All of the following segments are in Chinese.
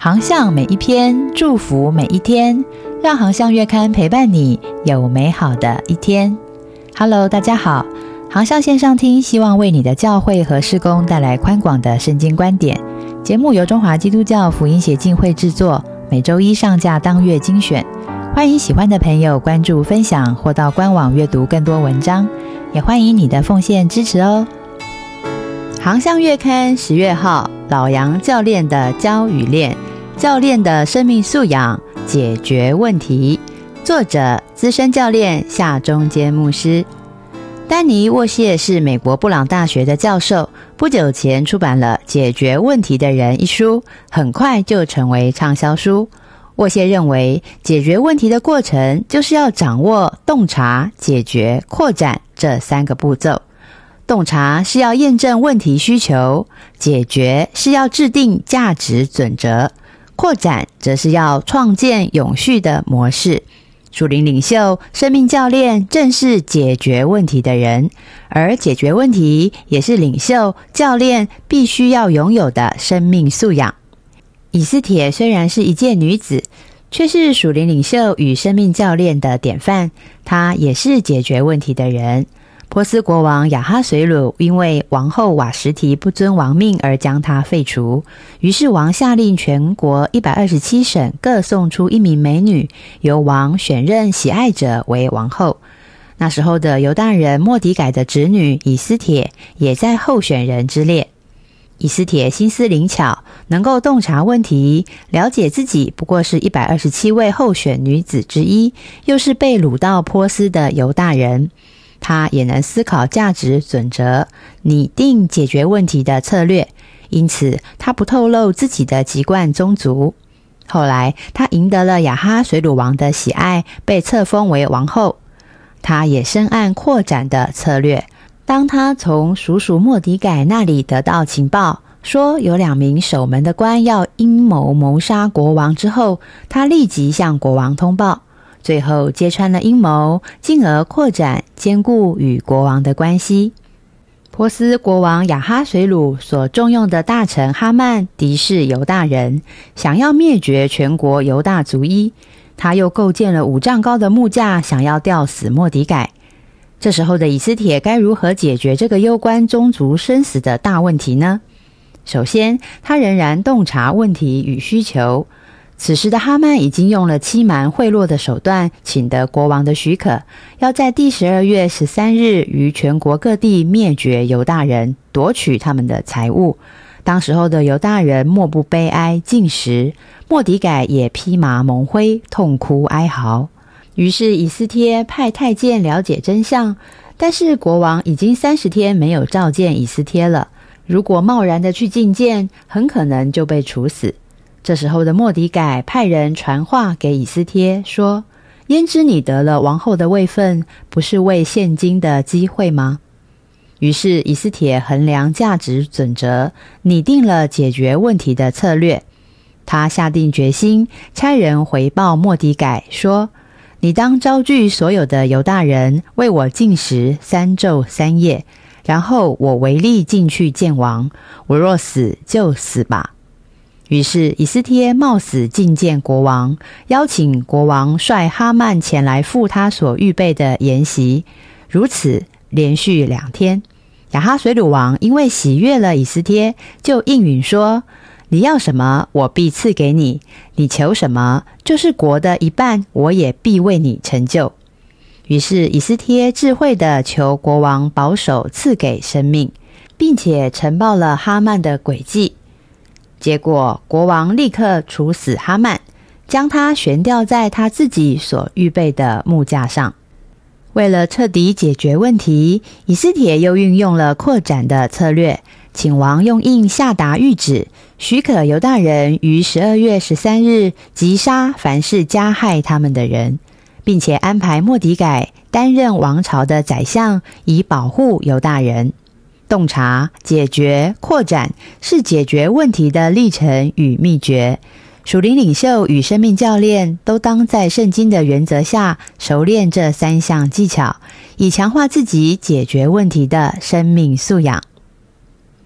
航向每一篇，祝福每一天，让航向月刊陪伴你有美好的一天。Hello， 大家好，航向线上听，希望为你的教会和事工带来宽广的圣经观点。节目由中华基督教福音协进会制作，每周一上架当月精选。欢迎喜欢的朋友关注分享，或到官网阅读更多文章，也欢迎你的奉献支持哦。航向月刊10月号，老杨教练的教与练，教练的生命素养，解决问题。作者资深教练夏中坚牧师。丹尼沃谢是美国布朗大学的教授，不久前出版了《解决问题的人》一书，很快就成为畅销书。沃谢认为，解决问题的过程就是要掌握洞察、解决、扩展这3个步骤。洞察是要验证问题需求，解决是要制定价值准则，扩展则是要创建永续的模式。属灵领袖、生命教练正是解决问题的人，而解决问题也是领袖、教练必须要拥有的生命素养。以斯帖虽然是一介女子，却是属灵领袖与生命教练的典范，她也是解决问题的人。波斯国王亚哈随鲁因为王后瓦实提不遵王命而将他废除，于是王下令全国127省各送出1名美女，由王选任喜爱者为王后。那时候的犹大人末底改的侄女以斯帖也在候选人之列。以斯帖心思灵巧，能够洞察问题，了解自己不过是127位候选女子之一，又是被掳到波斯的犹大人。他也能思考价值准则，拟定解决问题的策略，因此他不透露自己的籍贯宗族。后来他赢得了亚哈随鲁王的喜爱，被册封为王后。他也深谙扩展的策略，当他从叔叔末底改那里得到情报，说有2名守门的官要阴谋谋杀国王之后，他立即向国王通报，最后揭穿了阴谋，进而扩展坚固与国王的关系。波斯国王亚哈随鲁所重用的大臣哈曼敌视犹大人，想要灭绝全国犹大族裔，他又构建了5丈高的木架，想要吊死末底改。这时候的以斯帖该如何解决这个攸关宗族生死的大问题呢？首先，他仍然洞察问题与需求。此时的哈曼已经用了欺瞒贿赂的手段，请得国王的许可，要在第12月13日于全国各地灭绝犹大人，夺取他们的财物。当时候的犹大人莫不悲哀进食，末底改也披麻蒙灰，痛哭哀嚎。于是以斯帖派太监了解真相，但是国王已经30天没有召见以斯帖了，如果贸然的去觐见，很可能就被处死。这时候的末底改派人传话给以斯帖说，焉知你得了王后的位分，不是为现今的机会吗？于是以斯帖衡量价值准则，拟定了解决问题的策略。他下定决心，差人回报末底改说，你当招聚所有的犹大人，为我禁食3昼3夜，然后我违例进去见王，我若死就死吧。于是以斯帖冒死觐见国王，邀请国王率哈曼前来赴他所预备的筵席。如此连续2天，亚哈随鲁王因为喜悦了以斯帖，就应允说，你要什么我必赐给你，你求什么，就是国的一半，我也必为你成就。于是以斯帖智慧地求国王保守赐给生命，并且呈报了哈曼的诡计。结果国王立刻处死哈曼，将他悬吊在他自己所预备的木架上。为了彻底解决问题，以斯帖又运用了扩展的策略，请王用印下达谕旨，许可犹大人于12月13日击杀凡是加害他们的人，并且安排末底改担任王朝的宰相，以保护犹大人。洞察、解决、扩展是解决问题的历程与秘诀。属灵领袖与生命教练都当在圣经的原则下熟练这3项技巧，以强化自己解决问题的生命素养。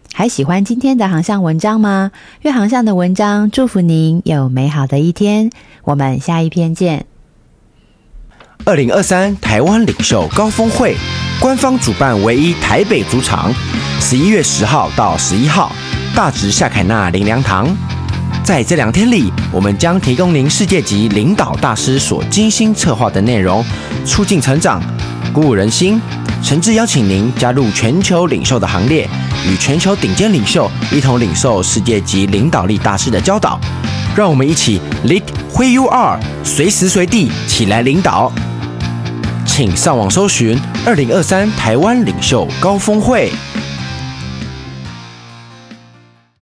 还喜欢今天的航向文章吗？月航向的文章祝福您有美好的一天，我们下一篇见。 2023台湾领袖高峰会官方主办唯一台北主场，11月10号到11号，大直夏凯纳灵粮堂。在这2天里，我们将提供您世界级领导大师所精心策划的内容，促进成长，鼓舞人心。诚挚邀请您加入全球领袖的行列，与全球顶尖领袖一同领受世界级领导力大师的教导。让我们一起 Lead Where You Are， 随时随地起来领导。请上网搜寻2023台湾领袖高峰会。